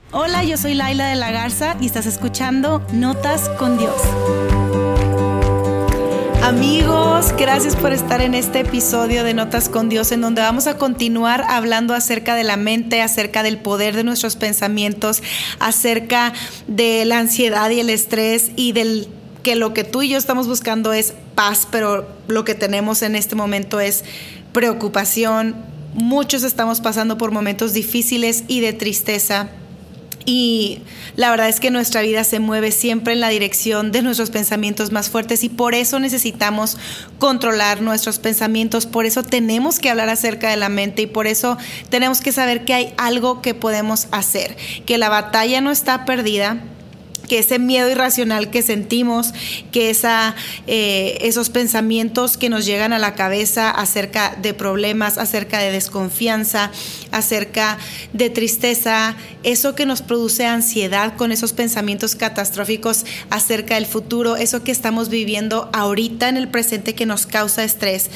Hola, yo soy Laila de la Garza y estás escuchando Notas con Dios. Amigos, gracias por estar en este episodio de Notas con Dios, en donde vamos a continuar hablando acerca de la mente, acerca del poder de nuestros pensamientos, acerca de la ansiedad y el estrés y del que lo que tú y yo estamos buscando es paz, pero lo que tenemos en este momento es preocupación. Muchos estamos pasando por momentos difíciles y de tristeza. Y la verdad es que nuestra vida se mueve siempre en la dirección de nuestros pensamientos más fuertes y por eso necesitamos controlar nuestros pensamientos, por eso tenemos que hablar acerca de la mente y por eso tenemos que saber que hay algo que podemos hacer, que la batalla no está perdida, que ese miedo irracional que sentimos, que esos pensamientos que nos llegan a la cabeza acerca de problemas, acerca de desconfianza, acerca de tristeza, eso que nos produce ansiedad con esos pensamientos catastróficos acerca del futuro, eso que estamos viviendo ahorita en el presente que nos causa estrés,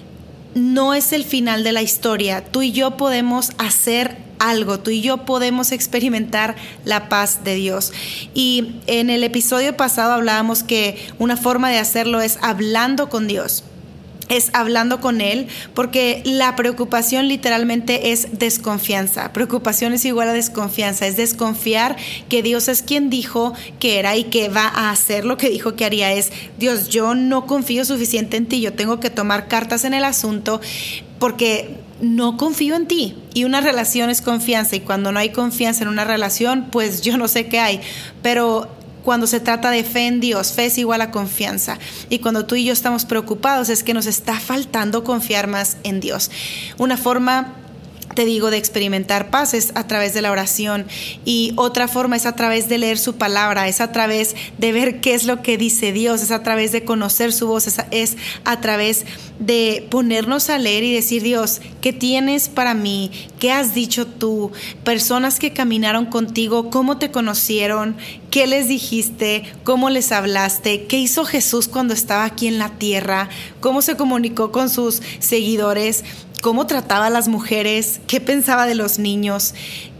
no es el final de la historia. Tú y yo podemos hacer algo, tú y yo podemos experimentar la paz de Dios. Y en el episodio pasado hablábamos que una forma de hacerlo es hablando con Dios. Es hablando con Él, porque la preocupación literalmente es desconfianza. Preocupación es igual a desconfianza, es desconfiar que Dios es quien dijo que era y que va a hacer lo que dijo que haría. Es, Dios, yo no confío suficiente en ti, yo tengo que tomar cartas en el asunto porque no confío en ti. Y una relación es confianza, y cuando no hay confianza en una relación, pues yo no sé qué hay, pero cuando se trata de fe en Dios, fe es igual a confianza. Y cuando tú y yo estamos preocupados es que nos está faltando confiar más en Dios. Una forma, te digo, de experimentar paz es a través de la oración, y otra forma es a través de leer su palabra, es a través de ver qué es lo que dice Dios, es a través de conocer su voz, es a través de ponernos a leer y decir, Dios, ¿qué tienes para mí? ¿Qué has dicho tú? Personas que caminaron contigo, ¿cómo te conocieron? ¿Qué les dijiste? ¿Cómo les hablaste? ¿Qué hizo Jesús cuando estaba aquí en la tierra? ¿Cómo se comunicó con sus seguidores? ¿Cómo trataba a las mujeres? ¿Qué pensaba de los niños?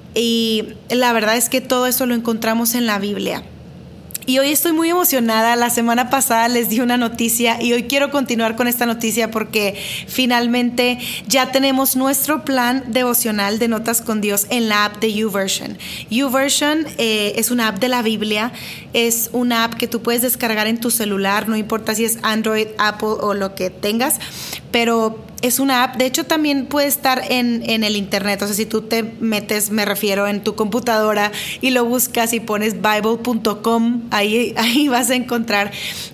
Y la verdad es que todo eso lo encontramos en la Biblia. Y hoy estoy muy emocionada. La semana pasada les di una noticia y hoy quiero continuar con esta noticia porque finalmente ya tenemos nuestro plan devocional de Notas con Dios en la app de YouVersion. YouVersion es una app de la Biblia, es una app que tú puedes descargar en tu celular, no importa si es Android, Apple o lo que tengas, pero es una app, de hecho también puede estar en el internet, o sea, si tú te metes, me refiero, en tu computadora y lo buscas y pones bible.com, ahí vas a encontrar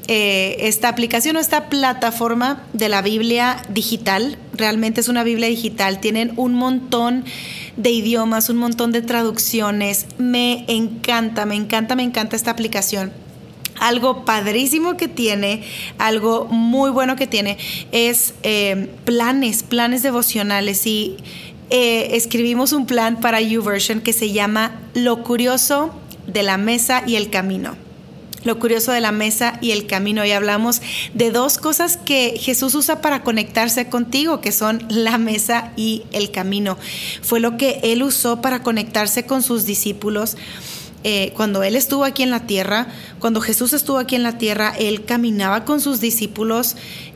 esta aplicación o esta plataforma de la Biblia digital. Realmente es una Biblia digital, tienen un montón de idiomas, un montón de traducciones. Me encanta esta aplicación. Algo padrísimo que tiene, algo muy bueno que tiene es planes devocionales, y escribimos un plan para YouVersion que se llama Lo curioso de la mesa y el camino. Lo curioso de la mesa y el camino, y hablamos de dos cosas que Jesús usa para conectarse contigo, que son la mesa y el camino. Fue lo que Él usó para conectarse con sus discípulos. Cuando Él estuvo aquí en la tierra, cuando Jesús estuvo aquí en la tierra, Él caminaba con sus discípulos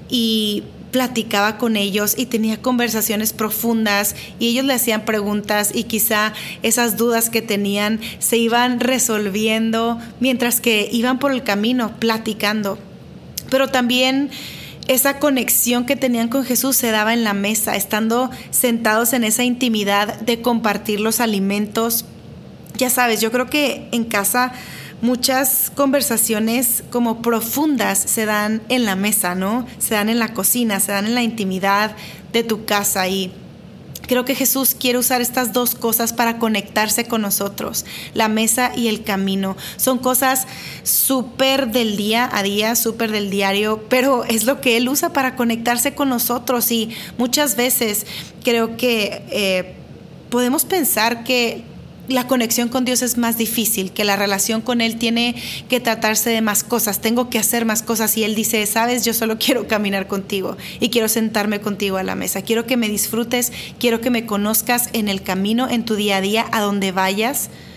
y platicaba con ellos y tenía conversaciones profundas, y ellos le hacían preguntas y quizá esas dudas que tenían se iban resolviendo mientras que iban por el camino platicando. Pero también esa conexión que tenían con Jesús se daba en la mesa, estando sentados en esa intimidad de compartir los alimentos. Ya sabes, yo creo que en casa muchas conversaciones como profundas se dan en la mesa, ¿no? Se dan en la cocina, se dan en la intimidad de tu casa, y creo que Jesús quiere usar estas dos cosas para conectarse con nosotros, la mesa y el camino. Son cosas súper del día a día, súper del diario, pero es lo que Él usa para conectarse con nosotros, y muchas veces creo que podemos pensar que la conexión con Dios es más difícil, que la relación con Él tiene que tratarse de más cosas, tengo que hacer más cosas, y Él dice, sabes, yo solo quiero caminar contigo y quiero sentarme contigo a la mesa, quiero que me disfrutes, quiero que me conozcas en el camino, en tu día a día, a donde vayas,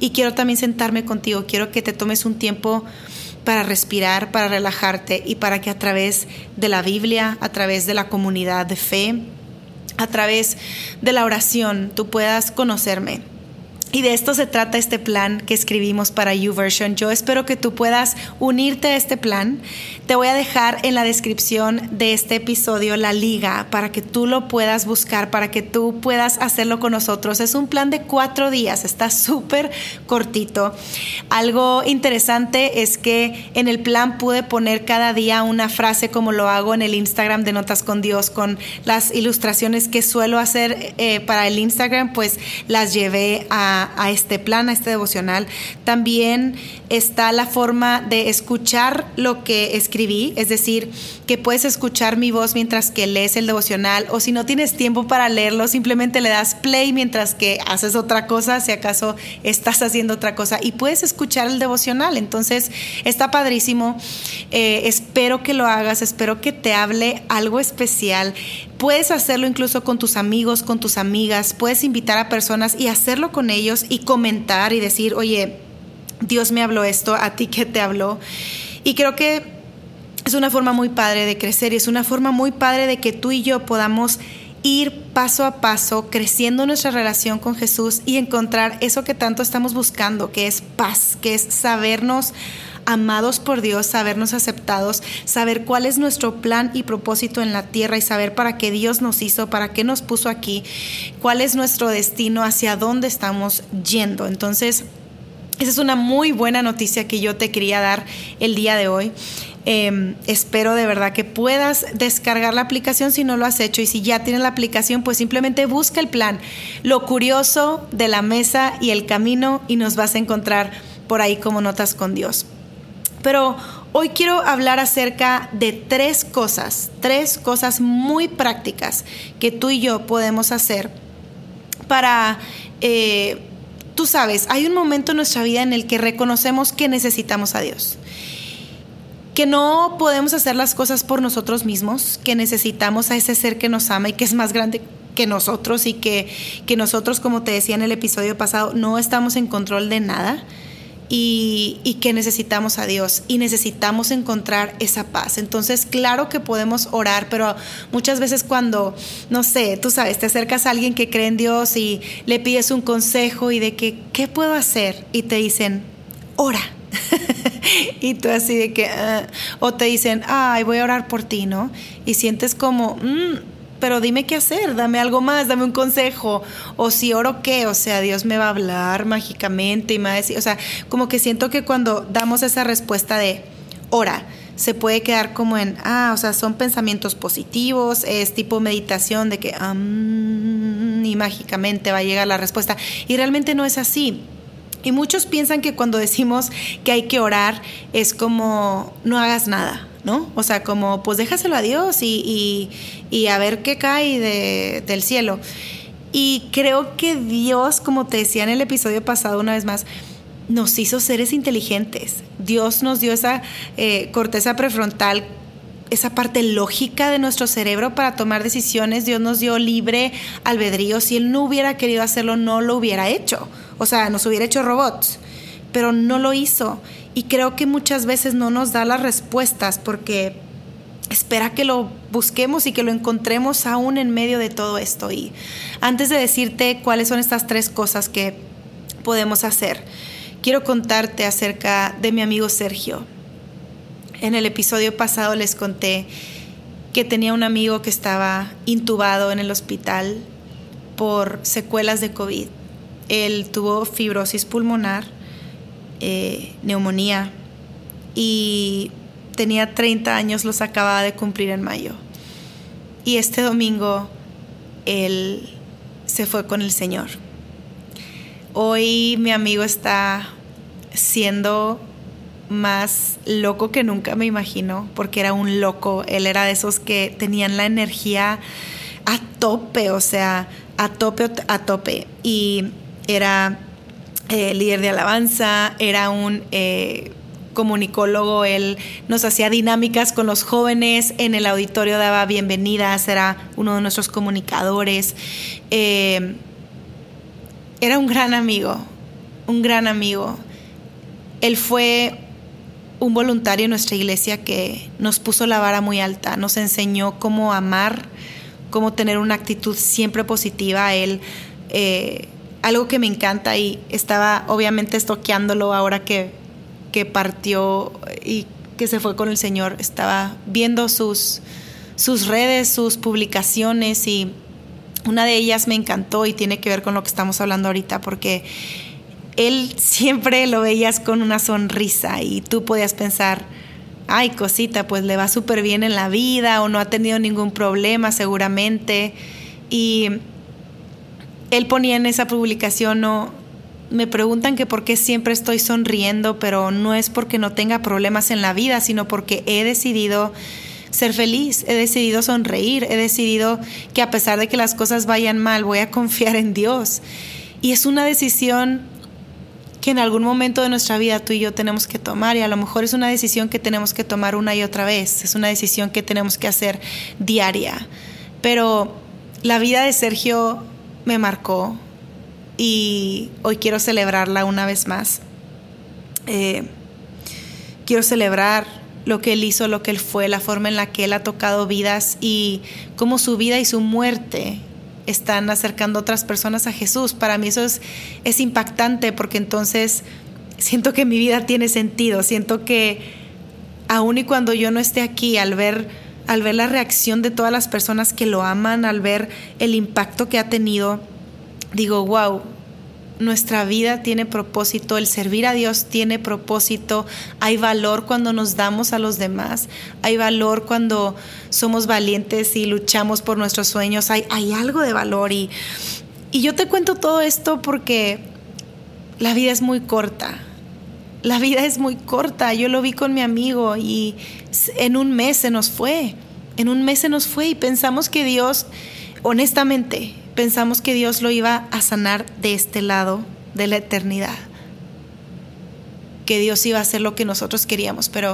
y quiero también sentarme contigo. Quiero que te tomes un tiempo para respirar, para relajarte y para que a través de la Biblia, a través de la comunidad de fe, a través de la oración, tú puedas conocerme. Y de esto se trata este plan que escribimos para YouVersion. Yo espero que tú puedas unirte a este plan. Te voy a dejar en la descripción de este episodio la liga para que tú lo puedas buscar, para que tú puedas hacerlo con nosotros. Es un plan de 4 días, está súper cortito. Algo interesante es que en el plan pude poner cada día una frase, como lo hago en el Instagram de Notas con Dios, con las ilustraciones que suelo hacer para el Instagram, pues las llevé a este plan, a este devocional. También está la forma de escuchar lo que escribí, es decir, que puedes escuchar mi voz mientras que lees el devocional, o si no tienes tiempo para leerlo, simplemente le das play mientras que haces otra cosa, si acaso estás haciendo otra cosa, y puedes escuchar el devocional. Entonces está padrísimo. Espero que lo hagas, espero que te hable algo especial. Puedes hacerlo incluso con tus amigos, con tus amigas, puedes invitar a personas y hacerlo con ellos y comentar y decir, oye, Dios me habló esto, ¿a ti qué te habló? Y creo que es una forma muy padre de crecer y es una forma muy padre de que tú y yo podamos ir paso a paso creciendo nuestra relación con Jesús y encontrar eso que tanto estamos buscando, que es paz, que es sabernos amados por Dios, sabernos aceptados, saber cuál es nuestro plan y propósito en la tierra y saber para qué Dios nos hizo, para qué nos puso aquí, cuál es nuestro destino, hacia dónde estamos yendo. Entonces, esa es una muy buena noticia que yo te quería dar el día de hoy. Espero de verdad que puedas descargar la aplicación si no lo has hecho, y si ya tienes la aplicación, pues simplemente busca el plan, Lo Curioso de la Mesa y el Camino, y nos vas a encontrar por ahí como Notas con Dios. Pero hoy quiero hablar acerca de 3 cosas muy prácticas que tú y yo podemos hacer para, tú sabes, hay un momento en nuestra vida en el que reconocemos que necesitamos a Dios, que no podemos hacer las cosas por nosotros mismos, que necesitamos a ese ser que nos ama y que es más grande que nosotros, y que nosotros, como te decía en el episodio pasado, no estamos en control de nada. Y que necesitamos a Dios y necesitamos encontrar esa paz. Entonces, claro que podemos orar, pero muchas veces cuando, no sé, tú sabes, te acercas a alguien que cree en Dios y le pides un consejo y de que, ¿qué puedo hacer? Y te dicen, ora. Y tú así de que, o te dicen, ay, voy a orar por ti, ¿no? Y sientes como, pero dime qué hacer, dame algo más, dame un consejo, o si oro, ¿qué? O sea, Dios me va a hablar mágicamente y me va a decir, o sea, como que siento que cuando damos esa respuesta de ora, se puede quedar como en, o sea, son pensamientos positivos, es tipo meditación de que, y mágicamente va a llegar la respuesta, y realmente no es así. Y muchos piensan que cuando decimos que hay que orar es como no hagas nada, ¿no? O sea, como pues déjaselo a Dios y a ver qué cae del cielo. Y creo que Dios, como te decía en el episodio pasado una vez más, nos hizo seres inteligentes. Dios nos dio esa corteza prefrontal, esa parte lógica de nuestro cerebro para tomar decisiones. Dios nos dio libre albedrío. Si Él no hubiera querido hacerlo, no lo hubiera hecho. O sea, nos hubiera hecho robots, pero no lo hizo. Y creo que muchas veces no nos da las respuestas porque espera que lo busquemos y que lo encontremos aún en medio de todo esto. Y antes de decirte cuáles son estas 3 cosas que podemos hacer, quiero contarte acerca de mi amigo Sergio. En el episodio pasado les conté que tenía un amigo que estaba intubado en el hospital por secuelas de COVID. Él tuvo fibrosis pulmonar, neumonía, y tenía 30 años, los acababa de cumplir en mayo. Y este domingo él se fue con el Señor. Hoy mi amigo está siendo más loco que nunca, me imagino, porque era un loco. Él era de esos que tenían la energía a tope, o sea, a tope. Y era líder de alabanza, era un comunicólogo. Él nos hacía dinámicas con los jóvenes, en el auditorio daba bienvenidas, era uno de nuestros comunicadores. Era un gran amigo, un gran amigo. Él fue un voluntario en nuestra iglesia que nos puso la vara muy alta, nos enseñó cómo amar, cómo tener una actitud siempre positiva. Él, algo que me encanta, y estaba obviamente stalkeándolo ahora que partió y que se fue con el Señor, estaba viendo sus redes, sus publicaciones, y una de ellas me encantó y tiene que ver con lo que estamos hablando ahorita, porque él siempre lo veías con una sonrisa y tú podías pensar, ay, cosita, pues le va súper bien en la vida o no ha tenido ningún problema seguramente. Y él ponía en esa publicación, no, me preguntan que por qué siempre estoy sonriendo, pero no es porque no tenga problemas en la vida, sino porque he decidido ser feliz, he decidido sonreír, he decidido que a pesar de que las cosas vayan mal, voy a confiar en Dios. Y es una decisión que en algún momento de nuestra vida tú y yo tenemos que tomar, y a lo mejor es una decisión que tenemos que tomar una y otra vez, es una decisión que tenemos que hacer diaria. Pero la vida de Sergio me marcó y hoy quiero celebrarla una vez más. Quiero celebrar lo que él hizo, lo que él fue, la forma en la que él ha tocado vidas y cómo su vida y su muerte están acercando a otras personas a Jesús. Para mí eso es impactante, porque entonces siento que mi vida tiene sentido, siento que aun y cuando yo no esté aquí, al ver la reacción de todas las personas que lo aman, al ver el impacto que ha tenido, digo, wow, nuestra vida tiene propósito, el servir a Dios tiene propósito. Hay valor cuando nos damos a los demás, hay valor cuando somos valientes y luchamos por nuestros sueños, hay algo de valor. Y yo te cuento todo esto porque la vida es muy corta. La vida es muy corta. Yo lo vi con mi amigo y en un mes se nos fue. Y pensamos que Dios, honestamente, pensamos que Dios lo iba a sanar de este lado de la eternidad, que Dios iba a hacer lo que nosotros queríamos, pero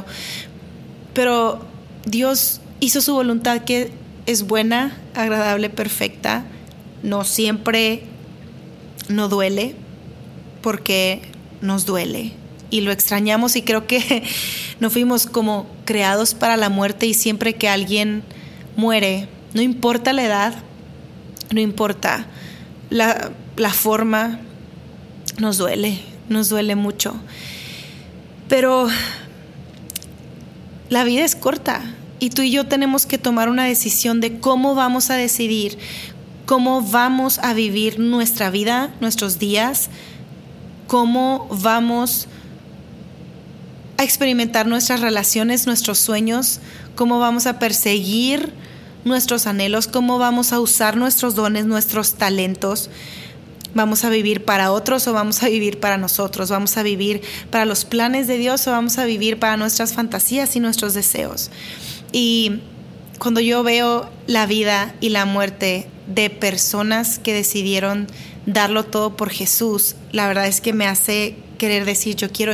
Dios hizo su voluntad, que es buena, agradable, perfecta. No siempre no duele, porque nos duele y lo extrañamos, y creo que no fuimos como creados para la muerte, y siempre que alguien muere, no importa la edad, no importa la forma, nos duele mucho. Pero la vida es corta y tú y yo tenemos que tomar una decisión de cómo vamos a decidir, cómo vamos a vivir nuestra vida, nuestros días, cómo vamos a experimentar nuestras relaciones, nuestros sueños, cómo vamos a perseguir nuestros anhelos, cómo vamos a usar nuestros dones, nuestros talentos. ¿Vamos a vivir para otros o vamos a vivir para nosotros? ¿Vamos a vivir para los planes de Dios o vamos a vivir para nuestras fantasías y nuestros deseos? Y cuando yo veo la vida y la muerte de personas que decidieron darlo todo por Jesús, la verdad es que me hace querer decir, yo quiero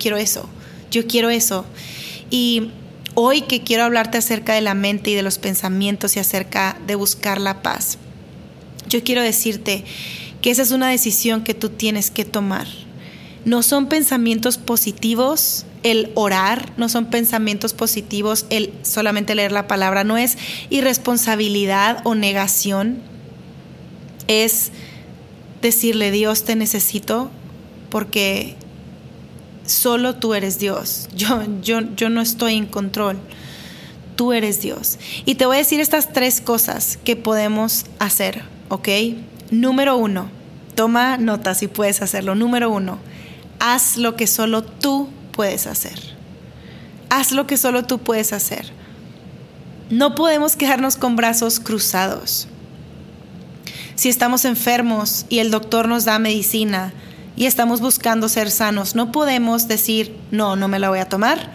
eso. Y hoy que quiero hablarte acerca de la mente y de los pensamientos y acerca de buscar la paz, yo quiero decirte que esa es una decisión que tú tienes que tomar. No son pensamientos positivos el orar, no son pensamientos positivos el solamente leer la palabra, no es irresponsabilidad o negación, es decirle, Dios, te necesito porque solo tú eres Dios. Yo no estoy en control. Tú eres Dios. Y te voy a decir estas 3 cosas que podemos hacer, ¿ok? Número 1, toma nota si puedes hacerlo. Número 1, haz lo que solo tú puedes hacer. Haz lo que solo tú puedes hacer. No podemos quedarnos con brazos cruzados. Si estamos enfermos y el doctor nos da medicina y estamos buscando ser sanos, no podemos decir, no me la voy a tomar,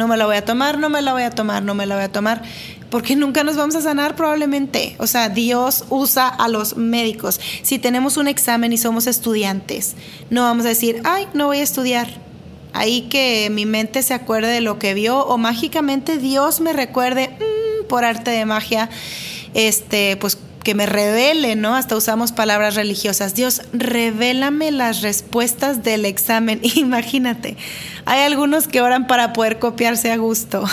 porque nunca nos vamos a sanar probablemente. O sea, Dios usa a los médicos. Si tenemos un examen y somos estudiantes, no vamos a decir, no voy a estudiar. Ahí que mi mente se acuerde de lo que vio, o mágicamente Dios me recuerde, por arte de magia, pues me revele, ¿no? Hasta usamos palabras religiosas. Dios, revélame las respuestas del examen. Imagínate, hay algunos que oran para poder copiarse a gusto.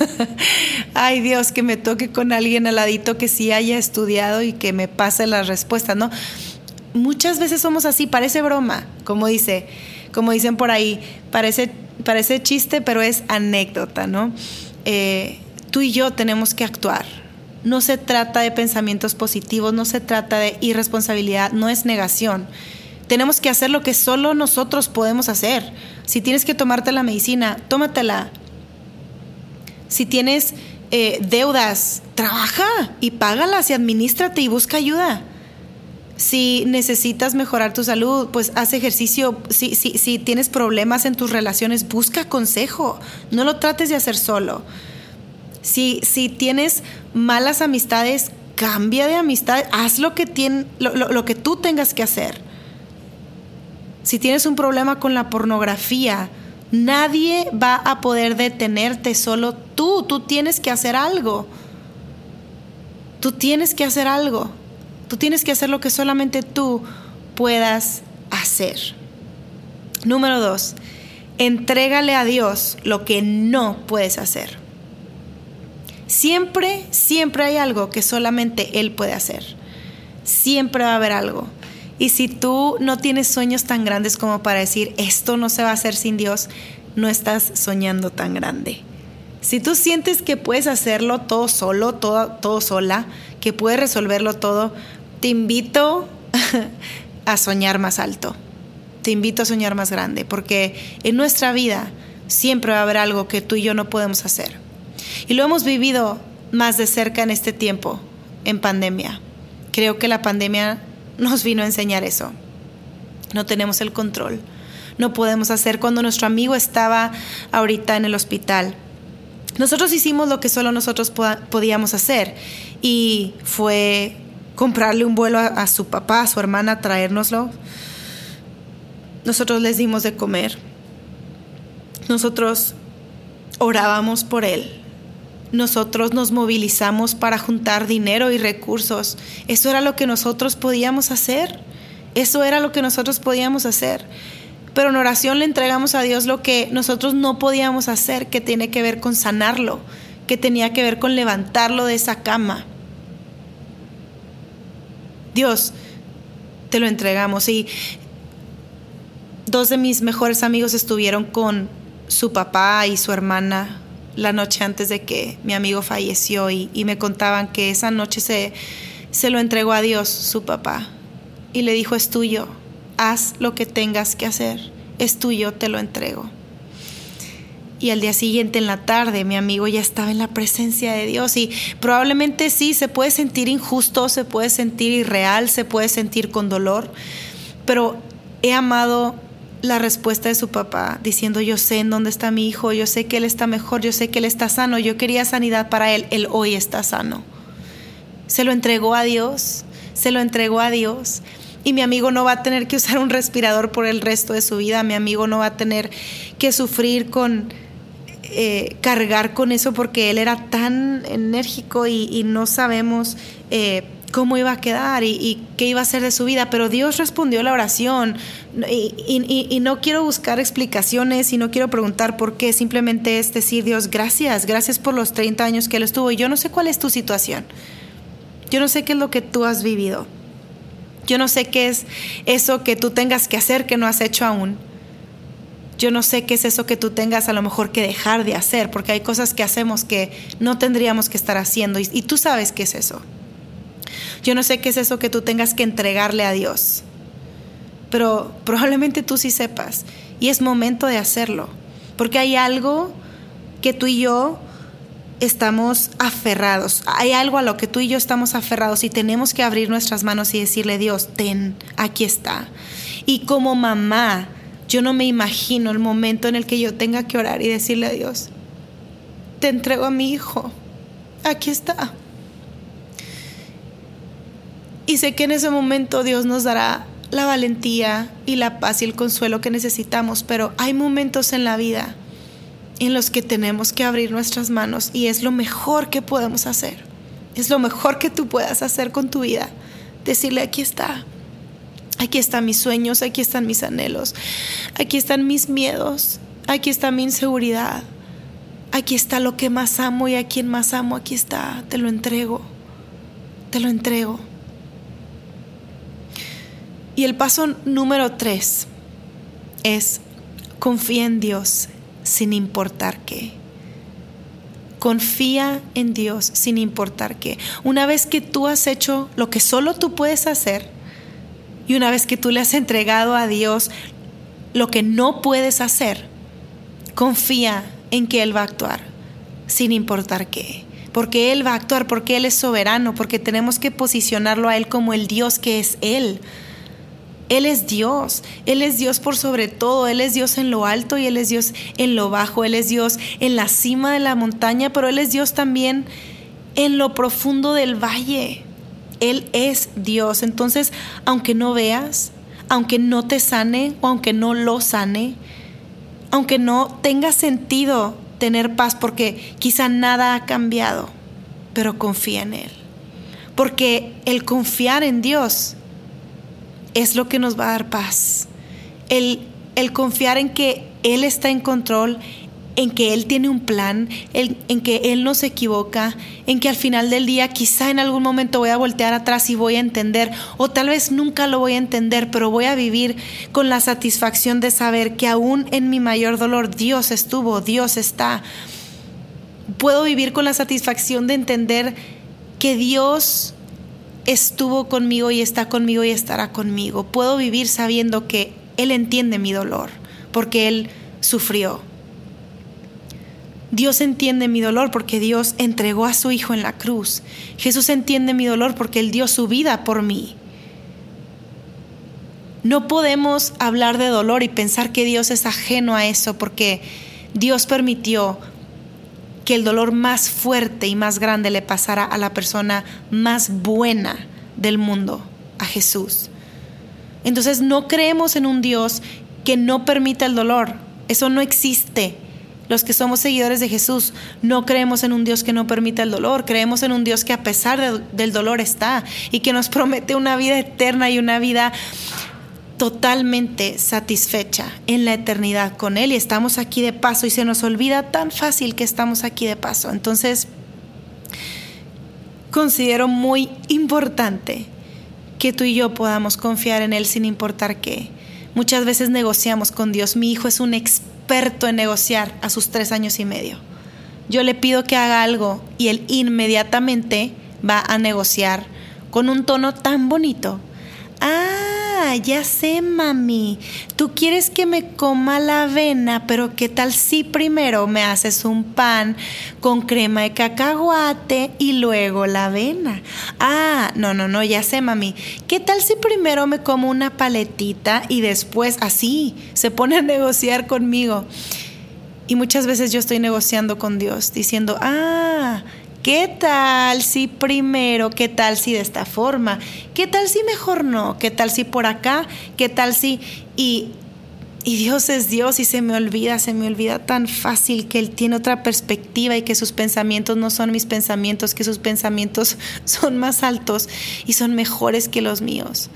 Ay, Dios, que me toque con alguien al ladito que sí haya estudiado y que me pase las respuestas, ¿no? Muchas veces somos así, parece broma, como dicen por ahí, parece chiste, pero es anécdota, ¿no? Tú y yo tenemos que actuar. No se trata de pensamientos positivos, no se trata de irresponsabilidad, no es negación. Tenemos que hacer lo que solo nosotros podemos hacer. Si tienes que tomarte la medicina, tómatela. Si tienes deudas, trabaja y págalas y adminístrate y busca ayuda. Si necesitas mejorar tu salud, pues haz ejercicio. Si tienes problemas en tus relaciones, busca consejo. No lo trates de hacer solo. Si tienes malas amistades, cambia de amistad. Haz lo que tú tengas que hacer. Si tienes un problema con la pornografía, nadie va a poder detenerte, solo tú. Tú tienes que hacer algo. Tú tienes que hacer algo. Tú tienes que hacer lo que solamente tú puedas hacer. Número 2, entrégale a Dios lo que no puedes hacer. Siempre hay algo que solamente Él puede hacer. Siempre va a haber algo. Y si tú no tienes sueños tan grandes como para decir, esto no se va a hacer sin Dios, no estás soñando tan grande. Si tú sientes que puedes hacerlo todo solo, todo sola, que puedes resolverlo todo, te invito a soñar más alto. Te invito a soñar más grande, porque en nuestra vida siempre va a haber algo que tú y yo no podemos hacer. Y lo hemos vivido más de cerca en este tiempo, en pandemia. Creo que la pandemia nos vino a enseñar eso. No tenemos el control. No podemos hacer. Cuando nuestro amigo estaba ahorita en el hospital, nosotros hicimos lo que solo nosotros podíamos hacer. Y fue comprarle un vuelo a su papá, a su hermana, traérnoslo. Nosotros les dimos de comer. Nosotros orábamos por él. Nosotros nos movilizamos para juntar dinero y recursos. Eso era lo que nosotros podíamos hacer. Eso era lo que nosotros podíamos hacer. Pero en oración le entregamos a Dios lo que nosotros no podíamos hacer, que tiene que ver con sanarlo, que tenía que ver con levantarlo de esa cama. Dios, te lo entregamos. Y 2 de mis mejores amigos estuvieron con su papá y su hermana la noche antes de que mi amigo falleció, y me contaban que esa noche se lo entregó a Dios su papá y le dijo, es tuyo, haz lo que tengas que hacer, es tuyo, te lo entrego. Y al día siguiente en la tarde mi amigo ya estaba en la presencia de Dios, y probablemente sí, se puede sentir injusto, se puede sentir irreal, se puede sentir con dolor, pero he amado la respuesta de su papá diciendo, yo sé en dónde está mi hijo, yo sé que él está mejor, yo sé que él está sano, yo quería sanidad para él, él hoy está sano. Se lo entregó a Dios, y mi amigo no va a tener que usar un respirador por el resto de su vida. Mi amigo no va a tener que sufrir con cargar con eso, porque él era tan enérgico y no sabemos cómo iba a quedar y qué iba a hacer de su vida, pero Dios respondió la oración, y no quiero buscar explicaciones y no quiero preguntar por qué, simplemente es decir, Dios, gracias por los 30 años que Él estuvo. Y yo no sé cuál es tu situación, yo no sé qué es lo que tú has vivido, yo no sé qué es eso que tú tengas que hacer que no has hecho aún. Yo no sé qué es eso que tú tengas a lo mejor que dejar de hacer, porque hay cosas que hacemos que no tendríamos que estar haciendo, y tú sabes qué es eso. Yo no sé qué es eso que tú tengas que entregarle a Dios, pero probablemente tú sí sepas, y es momento de hacerlo, porque hay algo que tú y yo estamos aferrados, hay algo a lo que tú y yo estamos aferrados, y tenemos que abrir nuestras manos y decirle, Dios, ten, aquí está. Y como mamá, yo no me imagino el momento en el que yo tenga que orar y decirle a Dios, te entrego a mi hijo, aquí está. Y sé que en ese momento Dios nos dará la valentía y la paz y el consuelo que necesitamos, pero hay momentos en la vida en los que tenemos que abrir nuestras manos, y es lo mejor que podemos hacer. Es lo mejor que tú puedas hacer con tu vida. Decirle, aquí está. Aquí están mis sueños, aquí están mis anhelos, aquí están mis miedos, aquí está mi inseguridad, aquí está lo que más amo y a quien más amo, aquí está, te lo entrego, te lo entrego. Y el paso número 3 es confía en Dios sin importar qué. Confía en Dios sin importar qué. Una vez que tú has hecho lo que solo tú puedes hacer, y una vez que tú le has entregado a Dios lo que no puedes hacer, confía en que Él va a actuar sin importar qué. Porque Él va a actuar, porque Él es soberano, porque tenemos que posicionarlo a Él como el Dios que es Él. Él es Dios por sobre todo. Él es Dios en lo alto y Él es Dios en lo bajo. Él es Dios en la cima de la montaña, pero Él es Dios también en lo profundo del valle. Él es Dios. Entonces, aunque no veas, aunque no te sane o aunque no lo sane, aunque no tenga sentido tener paz porque quizá nada ha cambiado, pero confía en Él. Porque el confiar en Dios es lo que nos va a dar paz. El confiar en que Él está en control, en que Él tiene un plan, en que Él no se equivoca, en que al final del día quizá en algún momento voy a voltear atrás y voy a entender, o tal vez nunca lo voy a entender, pero voy a vivir con la satisfacción de saber que aún en mi mayor dolor Dios estuvo, Dios está. Puedo vivir con la satisfacción de entender que Dios estuvo conmigo y está conmigo y estará conmigo. Puedo vivir sabiendo que Él entiende mi dolor, porque Él sufrió. Dios entiende mi dolor porque Dios entregó a su Hijo en la cruz. Jesús entiende mi dolor porque Él dio su vida por mí. No podemos hablar de dolor y pensar que Dios es ajeno a eso, porque Dios permitió que el dolor más fuerte y más grande le pasara a la persona más buena del mundo, a Jesús. Entonces no creemos en un Dios que no permita el dolor. Eso no existe. Los que somos seguidores de Jesús no creemos en un Dios que no permita el dolor. Creemos en un Dios que a pesar del dolor está y que nos promete una vida eterna y una vida totalmente satisfecha en la eternidad con Él. Y estamos aquí de paso y se nos olvida tan fácil que estamos aquí de paso. Entonces, considero muy importante que tú y yo podamos confiar en Él sin importar qué. Muchas veces negociamos con Dios. Mi hijo es un experto en negociar a sus 3 años y medio. Yo le pido que haga algo y él inmediatamente va a negociar con un tono tan bonito. Ya sé, mami, tú quieres que me coma la avena, pero ¿qué tal si primero me haces un pan con crema de cacahuate y luego la avena? No, ya sé, mami. ¿Qué tal si primero me como una paletita y después así se pone a negociar conmigo? Y muchas veces yo estoy negociando con Dios diciendo, ¿qué tal si primero? ¿Qué tal si de esta forma? ¿Qué tal si mejor no? ¿Qué tal si por acá? ¿Qué tal si? Y Dios es Dios y se me olvida tan fácil que Él tiene otra perspectiva y que sus pensamientos no son mis pensamientos, que sus pensamientos son más altos y son mejores que los míos.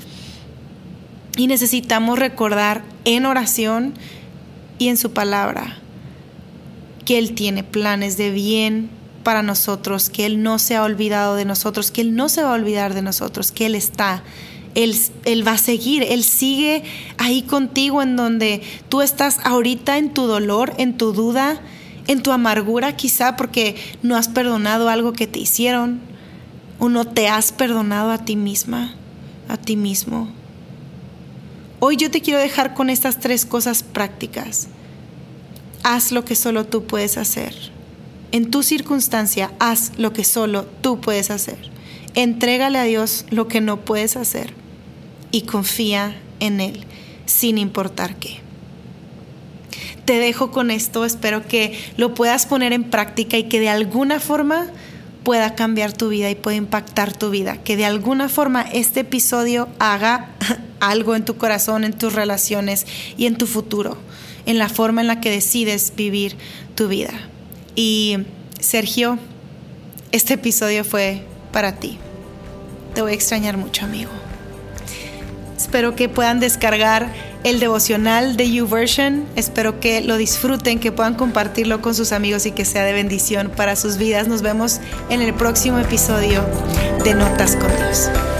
Y necesitamos recordar en oración y en su palabra que Él tiene planes de bien para nosotros, que Él no se ha olvidado de nosotros, que Él no se va a olvidar de nosotros, que Él está, Él va a seguir, Él sigue ahí contigo en donde tú estás ahorita, en tu dolor, en tu duda, en tu amargura quizá porque no has perdonado algo que te hicieron o no te has perdonado a ti misma, a ti mismo. Hoy yo te quiero dejar con estas 3 cosas prácticas. Haz lo que solo tú puedes hacer. En tu circunstancia, haz lo que solo tú puedes hacer. Entrégale a Dios lo que no puedes hacer y confía en Él, sin importar qué. Te dejo con esto, espero que lo puedas poner en práctica y que de alguna forma pueda cambiar tu vida y pueda impactar tu vida. Que de alguna forma este episodio haga algo en tu corazón, en tus relaciones y en tu futuro, en la forma en la que decides vivir tu vida. Y Sergio, este episodio fue para ti. Te voy a extrañar mucho, amigo. Espero que puedan descargar el devocional de YouVersion. Espero que lo disfruten, que puedan compartirlo con sus amigos y que sea de bendición para sus vidas. Nos vemos en el próximo episodio de Notas con Dios.